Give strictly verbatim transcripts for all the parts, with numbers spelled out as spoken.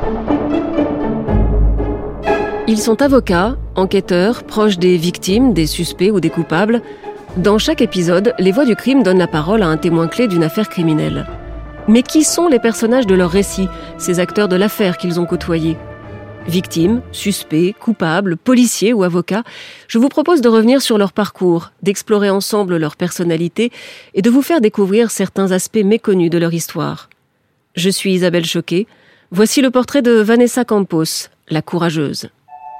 Ils sont avocats, enquêteurs, proches des victimes, des suspects ou des coupables. Dans chaque épisode, les voix du crime donnent la parole à un témoin clé d'une affaire criminelle. Mais qui sont les personnages de leur récit, ces acteurs de l'affaire qu'ils ont côtoyés ? Victimes, suspects, coupables, policiers ou avocats, je vous propose de revenir sur leur parcours, d'explorer ensemble leur personnalité et de vous faire découvrir certains aspects méconnus de leur histoire. Je suis Isabelle Choquet. Voici le portrait de Vanessa Campos, la courageuse.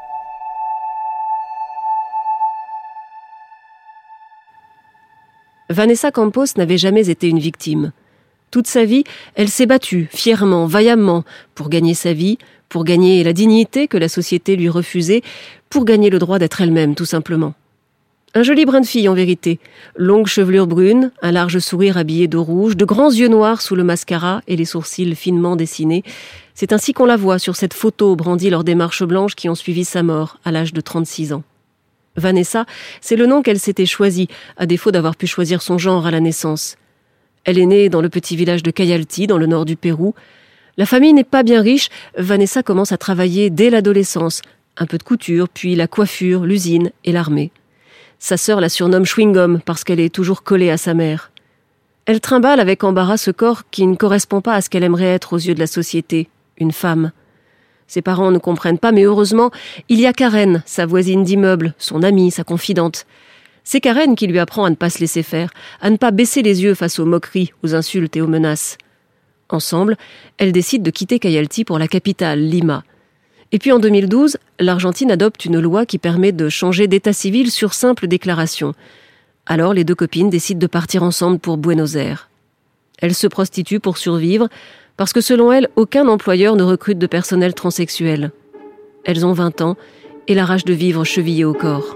Vanessa Campos n'avait jamais été une victime. Toute sa vie, elle s'est battue, fièrement, vaillamment, pour gagner sa vie, pour gagner la dignité que la société lui refusait, pour gagner le droit d'être elle-même, tout simplement. Un joli brin de fille, en vérité. Longue chevelure brune, un large sourire habillé de rouge, de grands yeux noirs sous le mascara et les sourcils finement dessinés. C'est ainsi qu'on la voit sur cette photo brandie lors des marches blanches qui ont suivi sa mort, à l'âge de trente-six ans. Vanessa, c'est le nom qu'elle s'était choisi, à défaut d'avoir pu choisir son genre à la naissance. Elle est née dans le petit village de Cayalti, dans le nord du Pérou. La famille n'est pas bien riche, Vanessa commence à travailler dès l'adolescence. Un peu de couture, puis la coiffure, l'usine et l'armée. Sa sœur la surnomme chewing-gum parce qu'elle est toujours collée à sa mère. Elle trimballe avec embarras ce corps qui ne correspond pas à ce qu'elle aimerait être aux yeux de la société, une femme. Ses parents ne comprennent pas, mais heureusement, il y a Karen, sa voisine d'immeuble, son amie, sa confidente. C'est Karen qui lui apprend à ne pas se laisser faire, à ne pas baisser les yeux face aux moqueries, aux insultes et aux menaces. Ensemble, elles décident de quitter Cayalti pour la capitale, Lima. Et puis en deux mille douze, l'Argentine adopte une loi qui permet de changer d'état civil sur simple déclaration. Alors les deux copines décident de partir ensemble pour Buenos Aires. Elles se prostituent pour survivre, parce que selon elles, aucun employeur ne recrute de personnel transsexuel. Elles ont vingt ans et la rage de vivre chevillée au corps.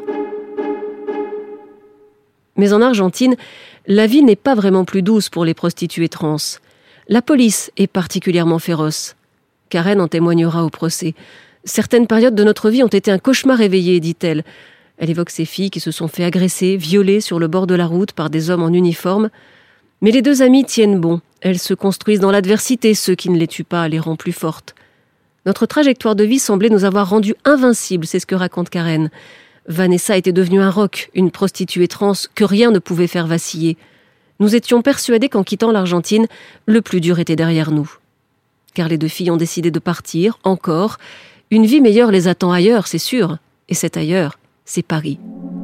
Mais en Argentine, la vie n'est pas vraiment plus douce pour les prostituées trans. La police est particulièrement féroce. Karen en témoignera au procès. Certaines périodes de notre vie ont été un cauchemar éveillé, dit-elle. Elle évoque ces filles qui se sont fait agresser, violer sur le bord de la route par des hommes en uniforme. Mais les deux amies tiennent bon. Elles se construisent dans l'adversité, ceux qui ne les tuent pas les rend plus fortes. Notre trajectoire de vie semblait nous avoir rendus invincibles, c'est ce que raconte Karen. Vanessa était devenue un roc, une prostituée trans que rien ne pouvait faire vaciller. Nous étions persuadés qu'en quittant l'Argentine, le plus dur était derrière nous. Car les deux filles ont décidé de partir, encore. Une vie meilleure les attend ailleurs, c'est sûr. Et cet ailleurs, c'est Paris.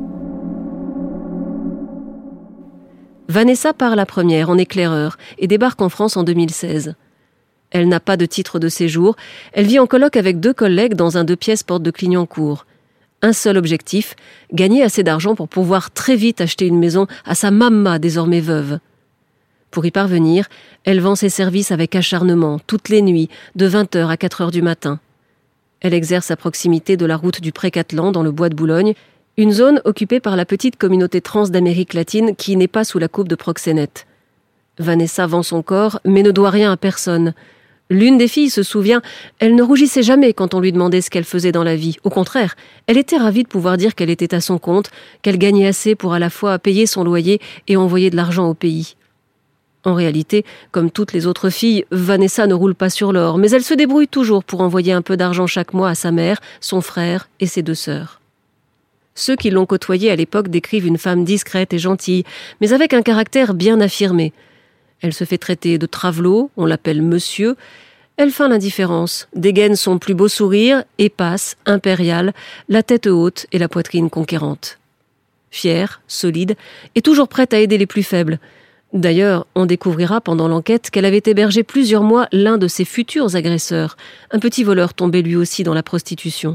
Vanessa part la première en éclaireur et débarque en France en deux mille seize. Elle n'a pas de titre de séjour, elle vit en coloc avec deux collègues dans un deux pièces porte de Clignancourt. Un seul objectif, gagner assez d'argent pour pouvoir très vite acheter une maison à sa mamma désormais veuve. Pour y parvenir, elle vend ses services avec acharnement, toutes les nuits, de vingt heures à quatre heures du matin. Elle exerce à proximité de la route du Pré-Catelan dans le bois de Boulogne, une zone occupée par la petite communauté trans d'Amérique latine qui n'est pas sous la coupe de proxénètes. Vanessa vend son corps, mais ne doit rien à personne. L'une des filles se souvient, elle ne rougissait jamais quand on lui demandait ce qu'elle faisait dans la vie. Au contraire, elle était ravie de pouvoir dire qu'elle était à son compte, qu'elle gagnait assez pour à la fois payer son loyer et envoyer de l'argent au pays. En réalité, comme toutes les autres filles, Vanessa ne roule pas sur l'or, mais elle se débrouille toujours pour envoyer un peu d'argent chaque mois à sa mère, son frère et ses deux sœurs. Ceux qui l'ont côtoyée à l'époque décrivent une femme discrète et gentille, mais avec un caractère bien affirmé. Elle se fait traiter de travelot, on l'appelle monsieur. Elle feint l'indifférence, dégaine son plus beau sourire et passe, impériale, la tête haute et la poitrine conquérante. Fière, solide, et toujours prête à aider les plus faibles. D'ailleurs, on découvrira pendant l'enquête qu'elle avait hébergé plusieurs mois l'un de ses futurs agresseurs, un petit voleur tombé lui aussi dans la prostitution.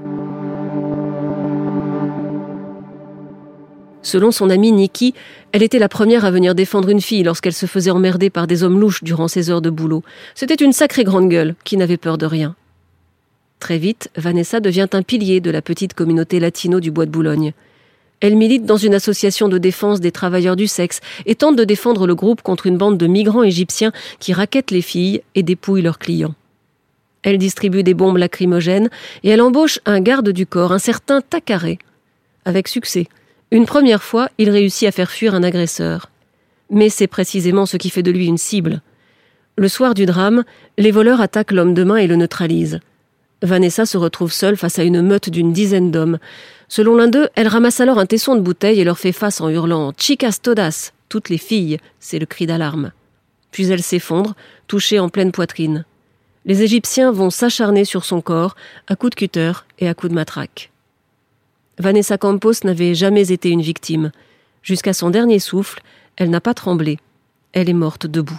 Selon son amie Nikki, elle était la première à venir défendre une fille lorsqu'elle se faisait emmerder par des hommes louches durant ses heures de boulot. C'était une sacrée grande gueule qui n'avait peur de rien. Très vite, Vanessa devient un pilier de la petite communauté latino du bois de Boulogne. Elle milite dans une association de défense des travailleurs du sexe et tente de défendre le groupe contre une bande de migrants égyptiens qui raquettent les filles et dépouillent leurs clients. Elle distribue des bombes lacrymogènes et elle embauche un garde du corps, un certain Takaré. Avec succès. Une première fois, il réussit à faire fuir un agresseur. Mais c'est précisément ce qui fait de lui une cible. Le soir du drame, les voleurs attaquent l'homme de main et le neutralisent. Vanessa se retrouve seule face à une meute d'une dizaine d'hommes. Selon l'un d'eux, elle ramasse alors un tesson de bouteille et leur fait face en hurlant « Chicas todas !» Toutes les filles, c'est le cri d'alarme. Puis elle s'effondre, touchée en pleine poitrine. Les Égyptiens vont s'acharner sur son corps, à coups de cutter et à coups de matraque. Vanessa Campos n'avait jamais été une victime. Jusqu'à son dernier souffle, elle n'a pas tremblé. Elle est morte debout.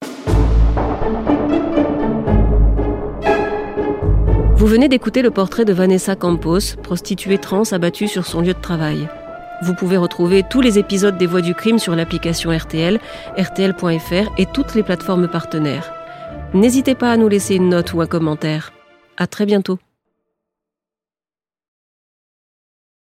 Vous venez d'écouter le portrait de Vanessa Campos, prostituée trans abattue sur son lieu de travail. Vous pouvez retrouver tous les épisodes des Voix du crime sur l'application R T L, R T L point F R et toutes les plateformes partenaires. N'hésitez pas à nous laisser une note ou un commentaire. À très bientôt.